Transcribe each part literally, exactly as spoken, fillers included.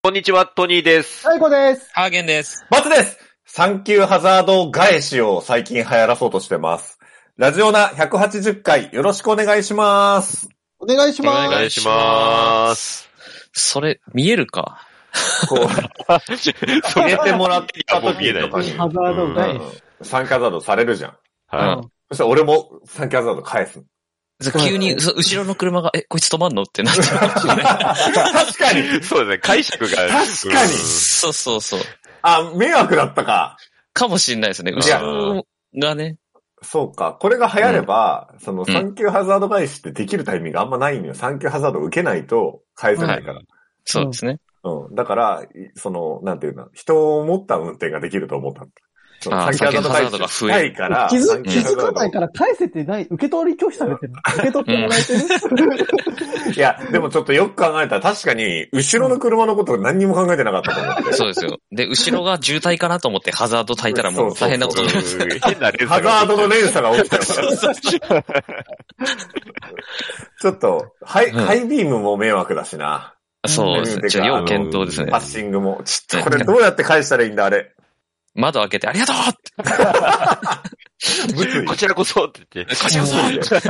こんにちは、トニーです。 サイコです。 ハーゲンです。 バツです。サンキューハザード返しを最近流行らそうとしてます。ラジオナひゃくはちじゅっかいよろしくお願いします。 お願いします。 お願いします。 それ、見えるかこう、入れてもらった時とかに、 ハザード返し。 サンキューハザードされるじゃん。 はい。 うん、そしたら俺もサンキューハザード返す。 急に、後ろの車が、え、こいつ止まんのってなってるかもしれない。 確かに。 そうですね、解釈が。確かに。 そうそうそう。 あ、迷惑だったか。 かもしれないですね。後ろがね。 そうか。これが流行れば、うん、そのサンキューハザード返しってできるタイミングがあんまないのよ。サンキューハザードを受けないと返せないから。はい、 そうですね。 うん。だから、その、なんていうの、人を持った運転ができると思った。 ああ、サンキューハザードが増えるから。 気づ、気づかないから返せてない、受け取り拒否されてる。受け取ってもらえてる、 うん、いや、でもちょっとよく考えたら確かに、後ろの車のこと何にも考えてなかったと思って。 そうですよ。で、後ろが渋滞かなと思ってハザード焚いたらもう大変なことになる。 変な連鎖。ハザードの連鎖が起きたから。ちょっと、ハイ、うん、ハイビームも迷惑だしな。 そうですね。ちょっと要検討ですね。 パッシングも。ちょっとこれどうやって返したらいいんだ、あれ。 窓開けてありがとうってこちらこそって言って。こちらこそ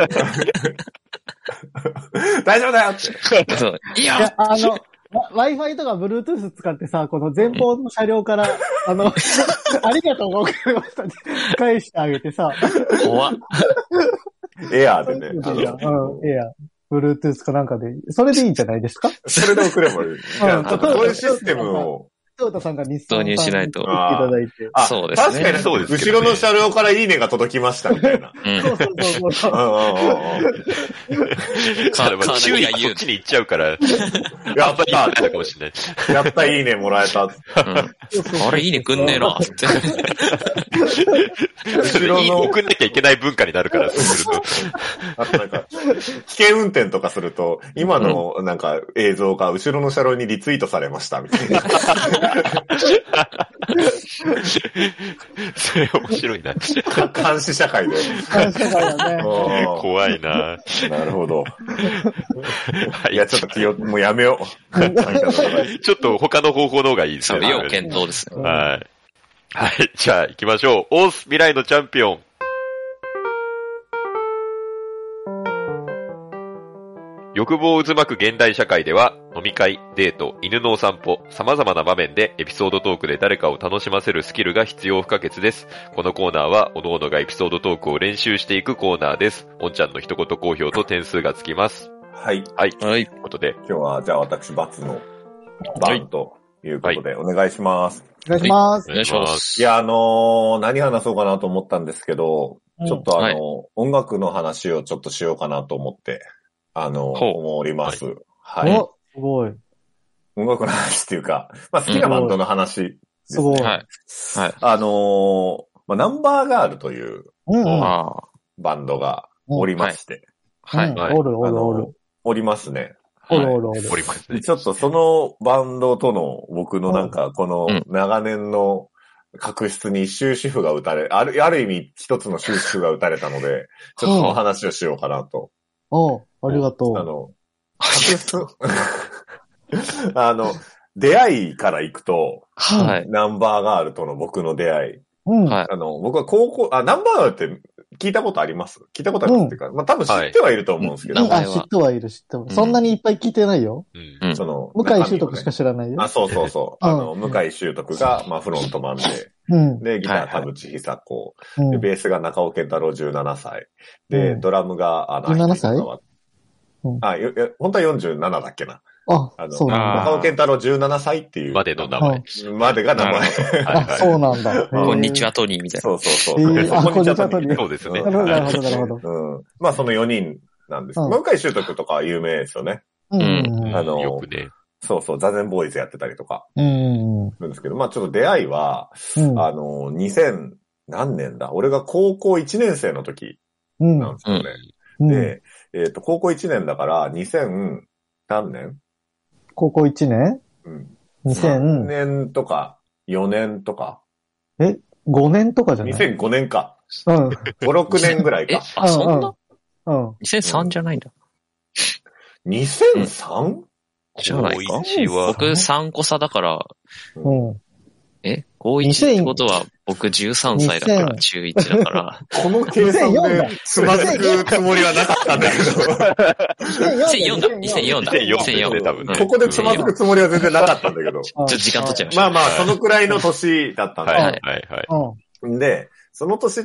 大丈夫だよって。 そう。いいよあの、Wi-Fi とか Bluetooth 使ってさ、この前方の車両から、あの、ありがとうございましたって返してあげてさ。 怖っ。 エアーでね。 うん、エアー。Bluetooth かなんかで、それでいいんじゃないですか？ それで送ればいい。うん、そういうシステムを。 トヨタさんが日産導入しないと。 いただいて。 あ、 そうですね。 確かにそうです、ね。後ろの車両からいいねが届きましたみたいな。 うん、 そうそうそうそう。 か注意がそっちに行っちゃうから。やったかもしれない。 やったいいねもらえた。うん、 あれいいねくんねえなって。 後ろの送んなきゃいけない文化になるから、そうすると。 あとなんか、危険運転とかすると、今のなんか映像が後ろの車両にリツイートされましたみたいな。 それ面白いな。 監視社会で。 監視社会だね。 怖いな。 なるほど。いや、ちょっと気を、もうやめよう。 ちょっと他の方法の方がいいですね。 要検討ですね。 はい。はい。じゃあ行きましょう。オース未来のチャンピオン。欲望渦巻く現代社会では、飲み会、デート、犬のお散歩、様々な場面でエピソードトークで誰かを楽しませるスキルが必要不可欠です。このコーナーは、各々がエピソードトークを練習していくコーナーです。おんちゃんの一言好評と点数がつきます。 はい。 はい。 はい。 ということで。 今日は、じゃあ私、バツの番ということで、お願いします。 お願いします。 お願いします。 いや、あのー、何話そうかなと思ったんですけど、うん、ちょっとあのーはい、音楽の話をちょっとしようかなと思って、あのー、思います。はい。 はい、お、すごい。 音楽の話っていうか、まあ好きなバンドの話ですね。 すごい。 はい。はい。 あのー、まあナンバーガールという、 うん、 バンドがおりまして。 はい。 はい。おるおるおる。 おりますね。 おるおるおる。 おりますね。 ちょっとそのバンドとの僕のなんかこの長年の確執に終止符が打たれ、ある、ある意味一つの終止符が打たれたので、ちょっとその話をしようかなと。 おう、ありがとう。 あの、確執、あの、出会いから行くと、 はい。 ナンバーガールとの僕の出会い。 うん。 あの、僕は高校、あ、ナンバーガールって聞いたことあります聞いたことありますっていうか、うん、まあ多分知ってはいると思うんですけど。 うん、あ、知ってはいる、知っても。そんなにいっぱい聞いてないよ。 うん。その、 向井修徳しか知らないよ。 あ、そうそうそう。あの、向井修徳が、まあフロントマンで、 うん。 で、ギター田淵久子、で、ベースが中尾健太郎じゅうななさい。で、ドラムが、あの、 じゅうななさいあ、よ、本当はよんじゅうななだっけな。 あ、 あの、 そうなんだ。 中尾健太郎じゅうななさいっていう。 までの名前。 までが名前。 あ、そうなんだ。 こんにちはトニーみたいな。 そうそうそう。 あ、こんにちはトニー。 そうですね。 なるほど、なるほど、なるほど。 うん。まあそのよにんなんです。向井修徳とかは有名ですよね。 うん。 あの、 よくね。 そうそう、ザゼンボーイズやってたりとか。 うん。 なんですけど、まあちょっと出会いは、あの、にせん何年だ俺が高校いちねん生の時なんですよね。で、えっと、高校いちねんだからにせん何年高校いちねんうん。 にせん。 さんねんとか、よねんとか。 え ?ごねんとかじゃない ? にせんごねんか。 うん。 ご、ろくねんぐらいか。 え、あ、そんなうん。 にせんさんじゃないんだ。 にせんさん? じゃないか高一は僕さんこ差だから、 うん。 え高いちってことは僕じゅうさんさいだから中いちだから。 この計算でつまずくつもりはなかったんだけど。 にせんよんだ。にせんよんだ。 にせんよんだよね、多分。 ここでつまずくつもりは全然なかったんだけど。ちょっと時間取っちゃいました。 まあまあ、そのくらいの年だったんだ。 はいはいはい。で、その年って、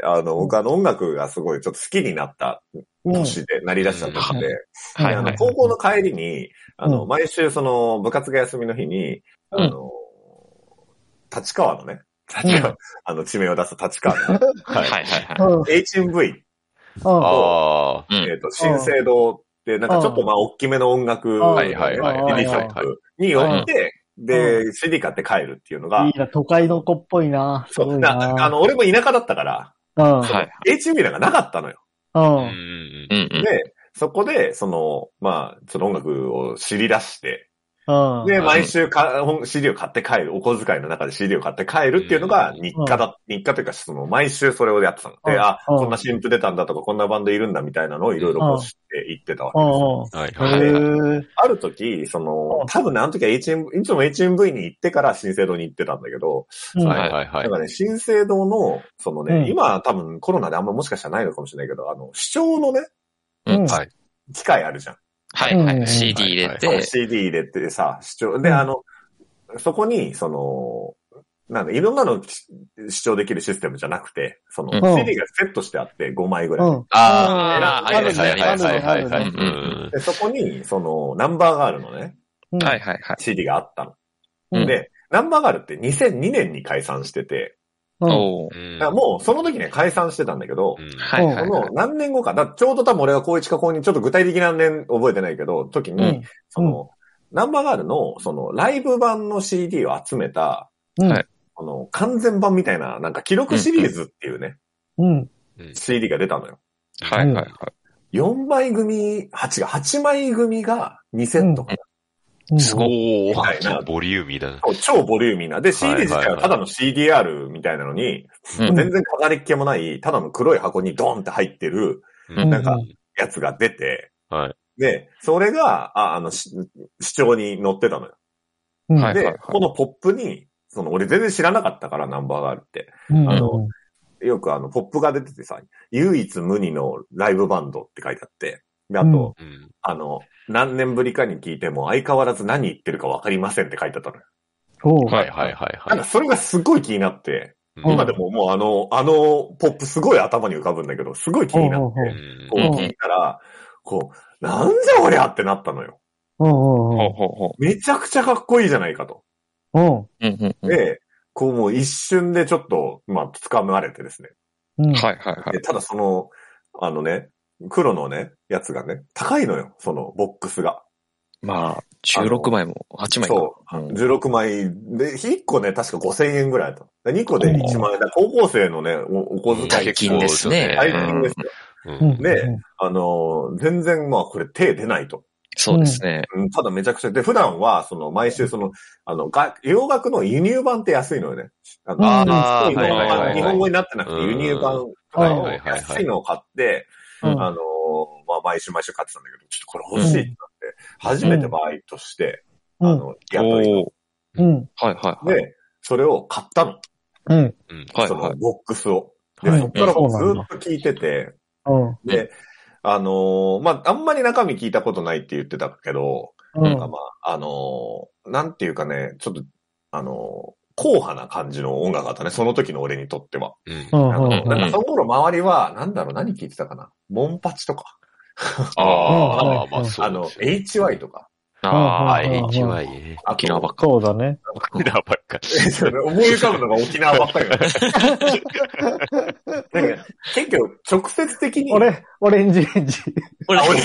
あの、僕あの音楽がすごいちょっと好きになった年で、なり出した年で、はい。あの、高校の帰りに、あの、毎週その部活が休みの日に、あの、立川のね、立川、あの、地名を出す立川のね、 はいはいはい。 エイチエムブイと、 えっと、新生堂って、なんかちょっとまあ、大きめの音楽、 はいはいはい。 リリーショップによって、で、シーディー 買って帰るっていうのが。 いいな、都会の子っぽいな。 そう。あの、俺も田舎だったから、エイチエムブイ なんかなかったのよ。で、そこで、その、まあ、その音楽を知り出して、で、毎週か シーディー を買って帰る、お小遣いの中で シーディー を買って帰るっていうのが日課だ、日課というか、その、毎週それをやってたの。で、あ、こんな新譜出たんだとか、こんなバンドいるんだみたいなのをいろいろこう知っていってたわけです。はいはい。ある時、その、多分ね、あの時は エイチエム、いつも エイチエムブイ に行ってから新生堂に行ってたんだけど、 はいはいはい。 なんかね、新生堂の、そのね、今は多分コロナであんまもしかしたらないのかもしれないけど、あの、視聴のね、はい。機械あるじゃん。 はいはい。シーディー 入れて。 シーディー 入れてさ、視聴、で、あの、そこに、その、なんだ、いろんなの視聴できるシステムじゃなくて、その、シーディー がセットしてあってごまいぐらい。ああ、はいはいはいはいはい。 で、そこに、その、ナンバーがあるのね。 はいはいはい。 シーディー があったの。で、ナンバーガールってにせんにねんに解散してて、もう、その時ね、解散してたんだけど、その何年後か、だちょうど多分俺が高いちか高にちょっと具体的な年覚えてないけど、時に、その、ナンバーガールの、その、ライブ版の シーディー を集めた、この、完全版みたいな、なんか記録シリーズっていうね、シーディー が出たのよ。 はいはいはい。 よんまい組、はちが、はちまい組がにセットかな。 すごい。 ボリューミーだな。 超ボリューミーな。で、シーディー 自体はただの シーディーアール みたいなのに、全然飾りっ気もない、ただの黒い箱にドーンって入ってる、なんか、やつが出て、で、それが、あ、あの、視聴に載ってたのよ。で、このポップに、その、俺全然知らなかったから、ナンバーガールって。あの、よくあの、ポップが出ててさ、唯一無二のライブバンドって書いてあって、で、あと、うん、あの、何年ぶりかに聞いても相変わらず何言ってるかわかりませんって書いてあったのよ。 おはいはいはいはい。 なんかそれがすごい気になって、うん、今でももうあの、あのポップすごい頭に浮かぶんだけど、すごい気になって、こう聞いたら、こう、なんじゃこりゃってなったのよ。めちゃくちゃかっこいいじゃないかと。で、こうもう一瞬でちょっと、まあ、掴まれてですね。 はいはいはい。 ただその、あのね、黒のね、やつがね、高いのよ、そのボックスが。 まあ、じゅうろくまいもはちまいか。 そう、うん。じゅうろくまいで、いっこね、確かごせんえんぐらいだった。にこでいちまんえんだ。高校生のね、お, お小遣い。 大金ですね。 大金ですよ。うん、で、あの、全然まあこれ手出ないと。 そうですね。 うん、ただめちゃくちゃ。で、普段は、その、毎週その、あの、が、洋楽の輸入版って安いのよね。あの、あ日本語になってなくて輸入版とかの安いのを買って、あの、まあ、毎週毎週買ってたんだけど、ちょっとこれ欲しいってなって、初めてバイトして、あの、雇いの。 うん。 はいはい。 で、それを買ったの。 うん。 その、ボックスを。で、そっからずっと聞いてて、で、あのー、まあ、あんまり中身聞いたことないって言ってたけど、うん、なんかまあ、あのー、なんていうかね、ちょっと、あのー、硬派な感じの音楽だったね、その時の俺にとっては。うん、あのなんかその頃周りは、なんだろう、何聞いてたかな、モンパチとか。 ああ、まあそう。 あの、エイチワイ とか。 ああ、エイチワイ ね。 沖縄ばっか。 そうだね。 沖縄ばっか。 思い浮かぶのが沖縄ばっかりだね。なんか、結構直接的に。 俺、オレンジレンジ。 俺、俺。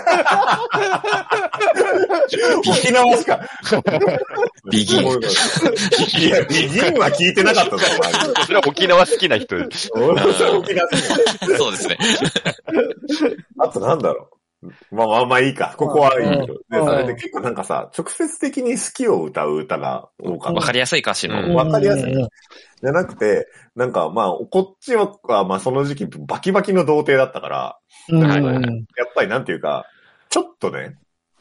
沖縄しか。 ビギン。いや、ビギンは聞いてなかったぞ、お前。 それは沖縄好きな人。 俺は沖縄好き。 そうですね。 あとなんだろう。まあまあまあいいか。ここはいいけど。で、それで結構なんかさ、直接的に好きを歌う歌が多かった。 わかりやすい歌詞の。 わかりやすい。じゃなくて、なんかまあ、こっちは、まあその時期バキバキの童貞だったから、やっぱりなんていうか、ちょっとね、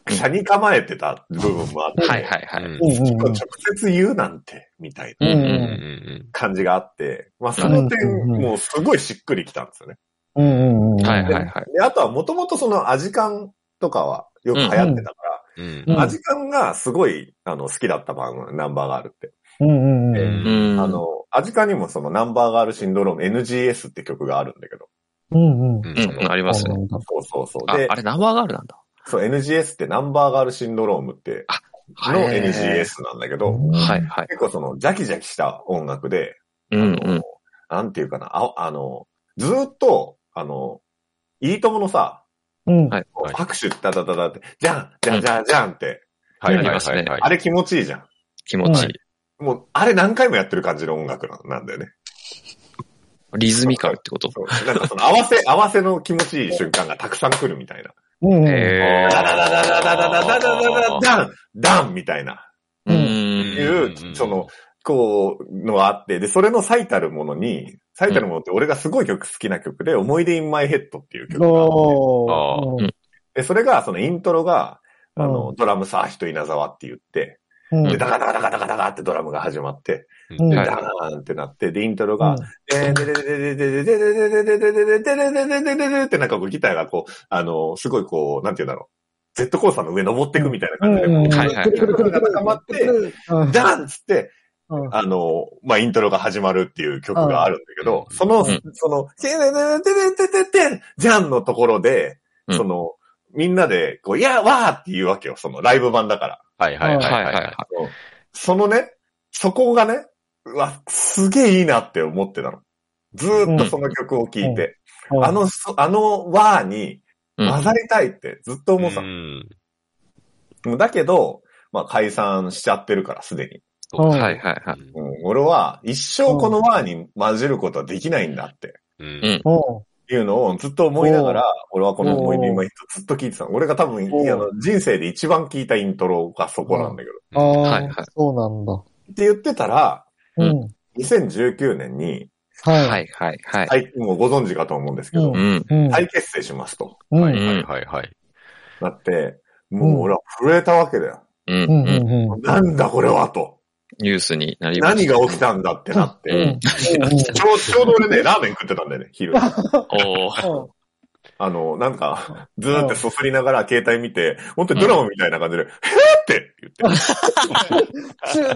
車に構えてた部分もあって、 はいはいはい。 直接言うなんて、みたいな感じがあって、まあその点、もうすごいしっくりきたんですよね。 はいはいはい。 で、あとはもともとそのアジカンとかはよく流行ってたから、アジカンがすごいあの好きだった番、ナンバーガールって。あの、アジカンにもそのナンバーガールシンドローム エヌジーエス って曲があるんだけど。 うんうん。ありますね。 そうそうそう。 あ、あれナンバーガールなんだ。 そう、エヌジーエス ってナンバーガールシンドロームって、の エヌジーエス なんだけど、 はいはい。 結構その、ジャキジャキした音楽で、 うんうん、 なんていうかな、ああの、ずーっと、あの、いいとものさ、 うん、 拍手ダダダダって、じゃんじゃんじゃんじゃんって、 はいはいはい。 あれ気持ちいいじゃん。 気持ちいい。 もう、あれ何回もやってる感じの音楽なんだよね。 リズミカルってこと？ なんかその合わせ、合わせの気持ちいい瞬間がたくさん来るみたいな。 うん。 ダダダダダダダダダダダダンダンみたいな。 うん。 いう、その、こう、のがあって、で、それの最たるものに、最たるものって俺がすごい曲好きな曲で、思い出 in my head っていう曲があって、で、それが、そのイントロが、あの、ドラムさ、人稲沢って言って、で、ダカダカダカダカダカってドラムが始まって、で、ダーンってなって、で、イントロが、で、で、で、で、で、で、で、で、で、で、で、で、で、で、で、で、で、で、ってなんかこうギターがこう、あの、すごいこう、なんて言うんだろう。ジェットコースターの上登っていくみたいな感じで、はいはい。くるくるが高まって、ダーンつって、あの、まあ、イントロが始まるっていう曲があるんだけど、その、その、てででででででじゃんのところで、その、みんなで、こう、いや、わーって言うわけよ、そのライブ版だから。 はいはいはいはい。 そのね、そこがね、うわ、すげえいいなって思ってたの。ずーっとその曲を聴いて、あの、あのわーに混ざりたいってずっと思ってたの。だけど、まあ解散しちゃってるからすでに。 はいはいはい。 うん、俺は一生このわーに混じることはできないんだって。うん。いうのをずっと思いながら、俺はこの思い出今ずっと聞いてたの。俺が多分、あの、人生で一番聞いたイントロがそこなんだけど。 ああ、はいはい。そうなんだ。 って言ってたら、うん、にせんじゅうきゅうねんに、 はいはいはいはい。 はい、もうご存知かと思うんですけど、うん、再結成しますと。 うん、はいはいはいはい。 だって、もう俺は震えたわけだよ。 うんうん、 なんだこれはと。 ニュースになりました。何が起きたんだってなって、うん、ちょう、ちょうど俺ね、ラーメン食ってたんだよね、昼。おあの、なんか、ずーってそすりながら携帯見て、本当にドラマみたいな感じで、へーって言って。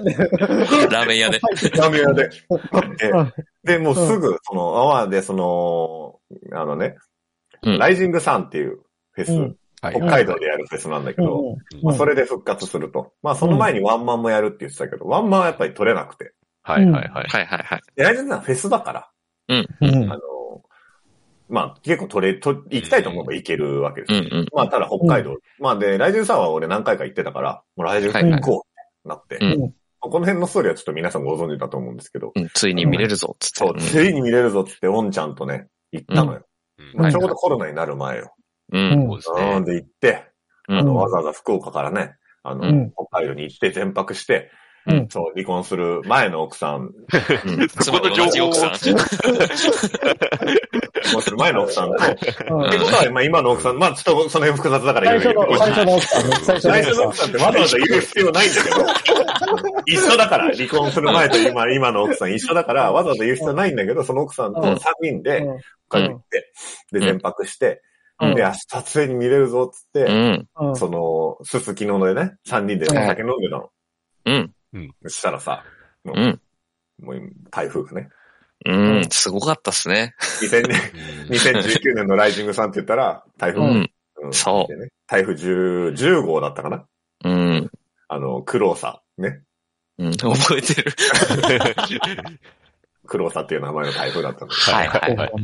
ラーメン屋で。 ラーメン屋で。で、もうすぐ、その、泡で、その、あのね、ライジングサンっていうフェス、北海道でやるフェスなんだけど、まあそれで復活すると。まあその前にワンマンもやるって言ってたけど、ワンマンはやっぱり取れなくて。 はいはいはい。 はいはいはい。 で、ライジングサンはフェスだから。 うん。 あの、まあ、結構取れ、と、行きたいと思えば行けるわけですよ。うんうん、まあ、ただ北海道。うん、まあ、で、ライジンさんは俺何回か行ってたから、もうライジンさん行こうってなって、はいはい、この辺のストーリーはちょっと皆さんご存知だと思うんですけど。 うん、ついに見れるぞ、つって。 そう、ついに見れるぞ、つって、オンちゃんとね、行ったのよ。うんまあ、ちょうどコロナになる前よ。 うん。そうですね。 なんで行って、あの、わざわざ福岡からね、あの、うん、北海道に行って全泊して、うん、そう、離婚する前の奥さん。 うん、妻の同じ奥さん。離婚する前の奥さんと。ってことは、まあ今の奥さん、まあちょっとその辺複雑だから言うけど。 最初の奥さんね。 最初の奥さんってわざわざ言う必要ないんだけど。一緒だから、離婚する前と今、今の奥さん一緒だから、わざわざ言う必要ないんだけど、その奥さんとさんにんで、北海道行って、で、全泊して、で、明日撮影に見れるぞ、つって、その、すすきのでね、さんにんでお酒飲んでたの。 うん。 うん。そしたらさ、もう、 うん、 もう台風がね。 うん、すごかったっすね。 にせんねん、にせんじゅうきゅうねんのライジングさんって言ったら、台風、 うんうん、そう、 ね。台風じゅう、じゅう号だったかな。 うん。 あの、クローサね。 うん、覚えてる。 クローサっていう名前の台風だったんで。 はいはいはい。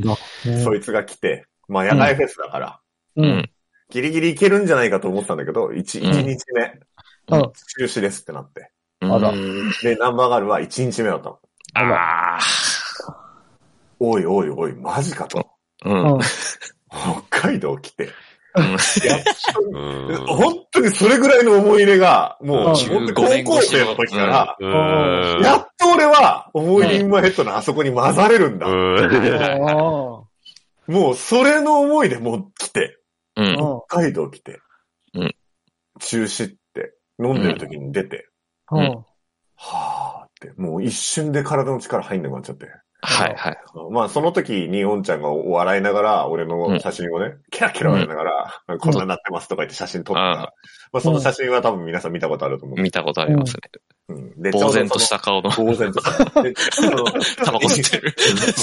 そいつが来て、まあ野外フェスだから、 うん。 ギリギリいけるんじゃないかと思ってたんだけど、一、一日目、うん、中止ですってなって。 あら。 で、ナンバーガールはいちにちめだったの。 ああ。 おいおいおい、マジかと。 うん。 北海道来て。うん、いや本当にそれぐらいの思い入れが、もう、高校生の時から、やっと俺は、思い出インマイヘッドのあそこに混ざれるんだ。もう、それの思いでもう来て、 うん、 北海道来て、 うん、 中止って飲んでる時に出て、 うん。 はーって、もう一瞬で体の力入んなくなっちゃって。 はいはい。 まあその時におんちゃんが笑いながら、俺の写真をね、キラキラ笑いながら、うん、こんなになってますとか言って写真撮ったら、うん、まあその写真は多分皆さん見たことあると思う。 見たことありますね。 うん。で、 呆然とした顔の。 呆然とした。で、 タバコ吸ってる。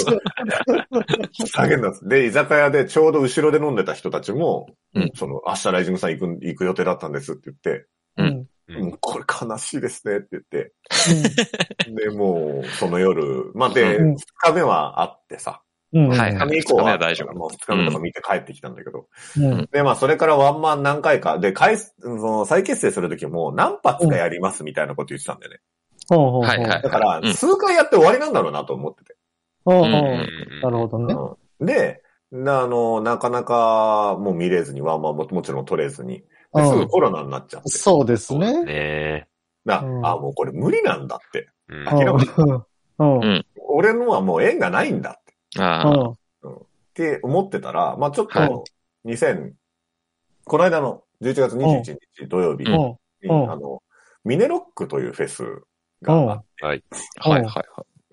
下げんです。で、居酒屋でちょうど後ろで飲んでた人たちも、 うん、 その、明日ライジングさん行く、行く予定だったんですって言って、 うん。 うん、これ悲しいですねって言って。うん、で、もう、その夜、まあ、で、二、うん、日目はあってさ。 うん、 はい。 二日目以降は大丈夫。 もう二日目とか見て帰ってきたんだけど。 うん、 で、まあ、それからワンマン何回か、で、回、その再結成するときも何発かやりますみたいなこと言ってたんだよね。 ほうほうほう。 はいはい。 だから、数回やって終わりなんだろうなと思ってて。 ほうほう。なるほどね。 うん、で、あの、なかなかもう見れずに、ワンマンももちろん取れずに。すぐコロナになっちゃって。 そうですね。 ねだ、うん、あ、もうこれ無理なんだって。 うん、 諦めた。 うんうん、 俺のはもう縁がないんだって。 あうん、って思ってたら、まあちょっと、にせん、はい、この間のじゅういちがつにじゅういちにち土曜日に、あの、ミネロックというフェスがあって。 はい。 はいはいはい。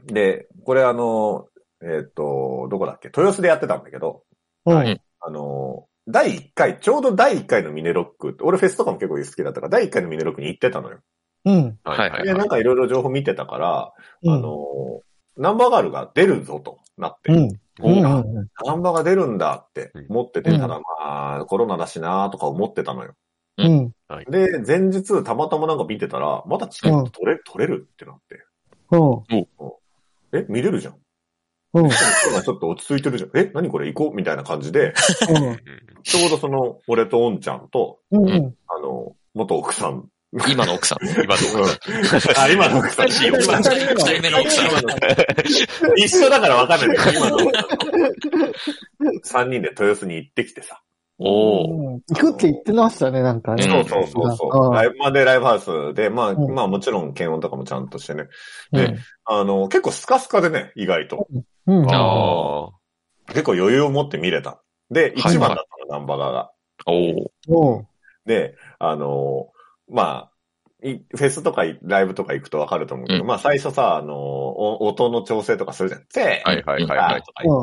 で、これあの、えっと、どこだっけ豊洲でやってたんだけど、 はい。 あの、だいいっかい、ちょうどだいいっかいのミネロック、俺フェスとかも結構好きだったから、だいいっかいのミネロックに行ってたのよ。 うん。 はいはい。 で、なんかいろいろ情報見てたから、うん、あの、ナンバーガールが出るぞとなって、 うん。うん、 ナンバーが出るんだって思ってて、うん、ただまあ、コロナだしなーとか思ってたのよ。 うん。 で、前日たまたまなんか見てたら、まだチケット取れ、うん、取れるってなって。 うん。 え、見れるじゃん。 うん。 ちょっと落ち着いてるじゃん。え、何これ行こうみたいな感じで、うん、ちょうどその、俺とおんちゃんと、 うん、 あの、元奥さん。 今の奥さん。 今の奥さん。 あ、今の奥さん。 二人目の奥さん。 一緒だからわかんないけど、今の奥さん。三人で豊洲に行ってきてさ。 おー。行くって言ってましたね、なんかね。 そうそうそうそう。ライブまでライブハウスで、まあ、うん、まあもちろん検温とかもちゃんとしてね。で、うん、あの、結構スカスカでね、意外と。 うん、 あ結構余裕を持って見れた。で、一番だったの、ナンバガーが。 おー。 で、あの、まあ、フェスとかライブとか行くとわかると思うけど、うん、まあ最初さ、あの、音の調整とかするじゃん。せーはいはいはいはい。 とか言って。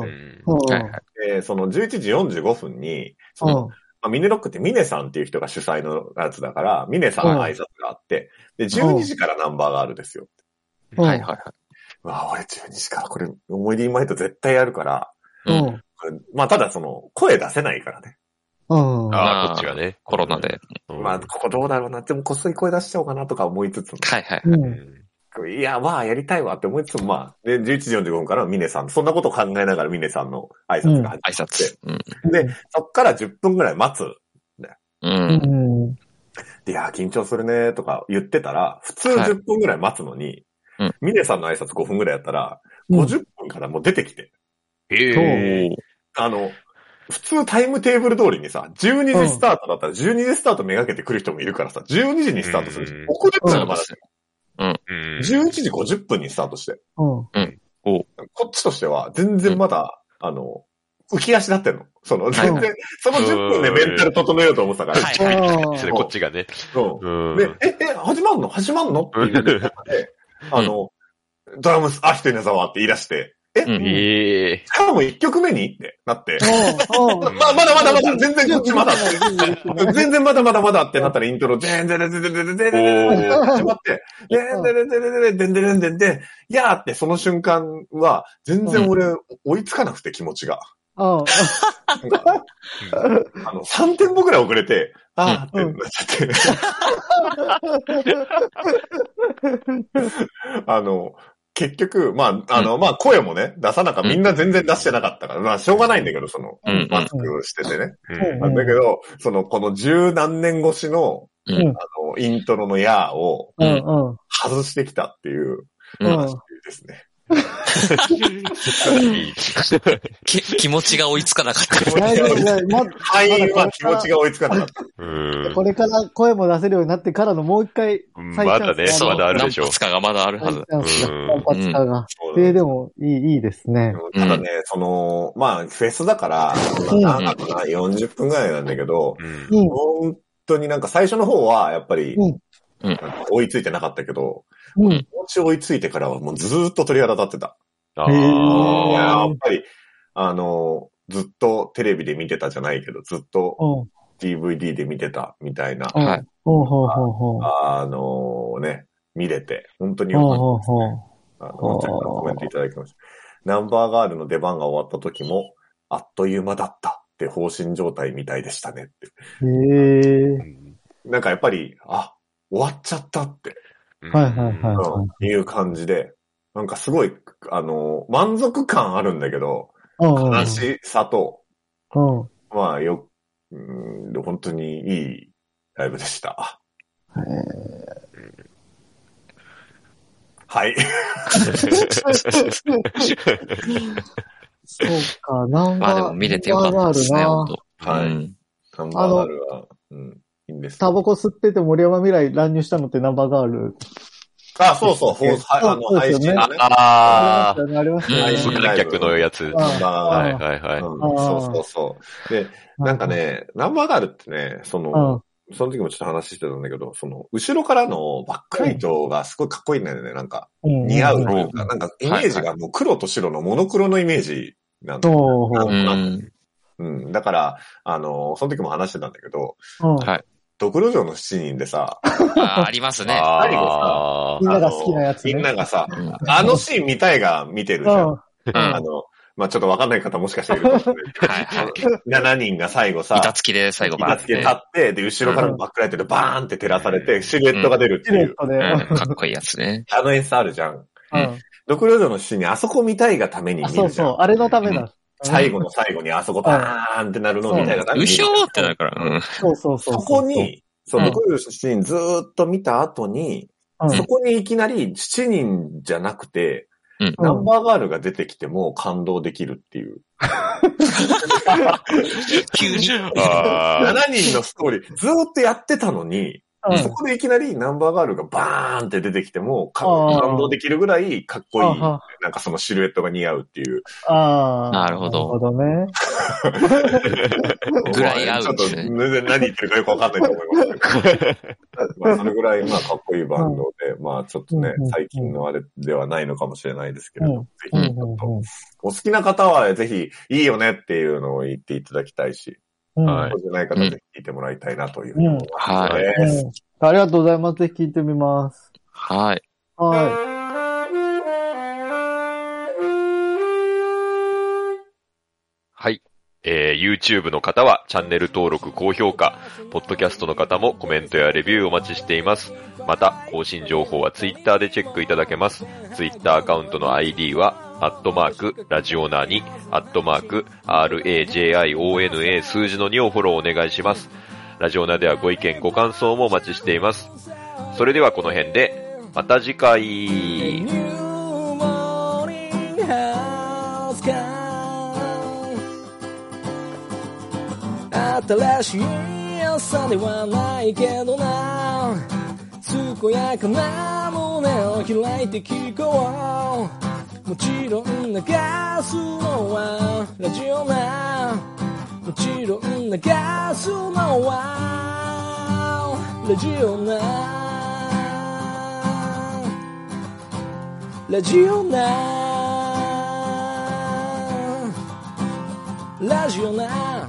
で、そのじゅういちじよんじゅうごふんに、その、まあ、ミネロックってミネさんっていう人が主催のやつだから、ミネさんの挨拶があって、で、じゅうにじからナンバーがあるですよ。 はいはいはい。 うわ、俺じゅうにじからこれ、思い出インマイト絶対やるから、 うん。 まあただその、声出せないからね。 うん。 ああ、こっちがね。 コロナで。 うん、まあ、ここどうだろうな。でもこっそり声出しちゃおうかなとか思いつつ。 はいはい、 うん。 いや、まあ、やりたいわって思いつつも、まあ、で、じゅういちじよんじゅうごふんからミネさん、そんなことを考えながらミネさんの挨拶が始まって。 うん、挨拶。 うん、で、そっからじゅっぷんぐらい待つ。 うん。 で、いや、緊張するねとか言ってたら、普通じゅっぷんぐらい待つのに、はい、ミネさんの挨拶ごふんぐらいやったら、ごじゅっぷんからもう出てきて。 へ、うん、 あの、普通タイムテーブル通りにさ、じゅうにじスタートだったらじゅうにじスタートめがけて来る人もいるからさ、じゅうにじにスタートする人、遅れたらまだ、 うん。 じゅういちじごじゅっぷんにスタートして。 うん。 うん。 こっちとしては、全然まだ、うん、あの、浮き足立ってんの。その、全然、そのじゅっぷんでメンタル整えようと思ってたから。 はいはい。こっちがね。 そう。で、え、え、始まんの始まんのって言って、あの、ドラムス、アヒト稲沢って言い出して、え、 うん、 えしかも一曲目にってなって。ま、まだまだまだ、全然こっちまだ。全然まだまだまだってなったらイントロ、でんでんでんでんでんでんでんでん始まって、でんでんでんでんでんでんでんでんでん、いやーってその瞬間は、全然俺追いつかなくて気持ちが。 あの、さんテンポぐらい遅れて、あーってなっちゃって。あの、結局、まあ、あの、うん、まあ、声もね、出さなかった。みんな全然出してなかったから、まあ、しょうがないんだけど、その、 うん、 マスクしててね。 うん、 なんだけど、その、この十何年越しの、 うん、 あの、イントロのヤーを、 うん、 外してきたっていう話ですね。 き気持ちが追いつかなかった。 大丈夫だよ。ま、 はい、まあ気持ちが追いつかなかった。 これから声も出せるようになってからのもう一回再チャンス。まだね、まだあるでしょう。 何発かがまだあるはず。 何発かが。えー、でも、いい、いいですね。 ただね、その、まあ、フェスだから、長くないよんじゅっぷんぐらいなんだけど、 うん、 本当になんか最初の方は、やっぱり、 うん追いついてなかったけど、 うん。 もち追いついてからはもうずーっと鳥肌立ってた。 あへーーやっぱり、あの、ずっとテレビで見てたじゃないけど、ずっとうん。 ディーブイディー で見てたみたいな、 うん。 はいほうほうほうほう。 あのね、見れて、本当にほうよほうほう。 かった。あの、本当にコメントいただきました。ナンバーガールの出番が終わった時も、あっという間だったって放心状態みたいでしたねって。 へえ。 なんかやっぱり、あ、終わっちゃったって、 はいはいはいうん、いう感じで、なんかすごい、あの、満足感あるんだけど、 うんうん悲しさと、 うん。 まあよ、うん、本当にいいライブでした。 へはい。 そうか、ナンバー、 まあでも見れてよかったですね、 ナンバー本ガールな当。 はいうんナンバーガールは、うん、いいんです。 タバコ吸ってて森山未来乱入したのってナンバーガール。 あ、そうそう、フォース、はい、あの、 そうですよね配信のね。 あありましたよね、ありましたよね。 配信無観客のやつ。 あナンバーガールはいはいはい。 うんそうそうそう。で、なんかね、ナンバーガールってね、そうんの、その時もちょっと話してたんだけど、その、後ろからのバックライトがすごいかっこいいんだよね、なんか。 うん似合ううんというか、なんかイメージがもう黒と白のモノクロのイメージなんだよ。 そううなんん。 うん。だから、あの、その時も話してたんだけど、 うんはい。 ドクロ城の七人でさ、 あ、ありますね。 あみんなが好きなやつねあのみんながさ、 うんあのシーン見たいが見てるじゃん。 うんあの、まあ、ちょっとわかんない方もしかしたらいるかもしれないけど。 はいはい。 ななにんが最後さ、 板付きで最後バーって。 板付きで立って、で、後ろからのバックライトでバーンって照らされて、シルエットが出るっていう。 シルエットで。 うん、かっこいいやつね。 あの演出あるじゃん。 うんドクロ城のシーンにあそこ見たいがためにあ見るじゃん。 そうそう、あれのためだ。 最後の最後にあそこバーンってなるのを見たいがためうに見る。 しょーってなるから。うん。 そうそうそう。 そこに、そうう、 んドクロ城のシーンずーっと見た後に、 うん、 そこにいきなりしちにんじゃなくて、 うんナンバーガールが出てきても感動できるっていう。 急に。 あななにんのストーリー、ずーっとやってたのに、 うんそこでいきなりナンバーガールがバーンって出てきても、かあー感動できるぐらいかっこいい、 あはなんかそのシルエットが似合うっていう。 ああ。 なるほどなるほどね。 ぐらい合うちょっと、 んですね全然何言ってるかよくわかんないと思いますけど。まあ、それぐらい、まあ、かっこいいバンドで、まあ、ちょっとねうん、 最近のあれではないのかもしれないですけれど、 うんぜひ、ちうんょっと、 うんお好きな方はぜひ、いいよねっていうのを言っていただきたいし、 うん。 はいそうじゃない方はぜひ聞いてもらいたいなというふうに思います。 はいですうんありがとうございます。ぜひ聞いてみます。 はい。 ははい。えー、YouTube の方はチャンネル登録、高評価、ポッドキャストの方もコメントやレビューお待ちしています。また、更新情報は Twitter でチェックいただけます。Twitter アカウントの アイディー は、アットマーク、ラジオナーに、アットマーク、アールエージェイアイオーエヌエー 数字のにをフォローお願いします。ラジオナではご意見、ご感想もお待ちしています。それではこの辺で、また次回。 New morning has come 新しい朝ではないけどな健やかな胸を開いて聞こうもちろん流すのはラジオなもちろん流すのはラジオなラジオなラジオな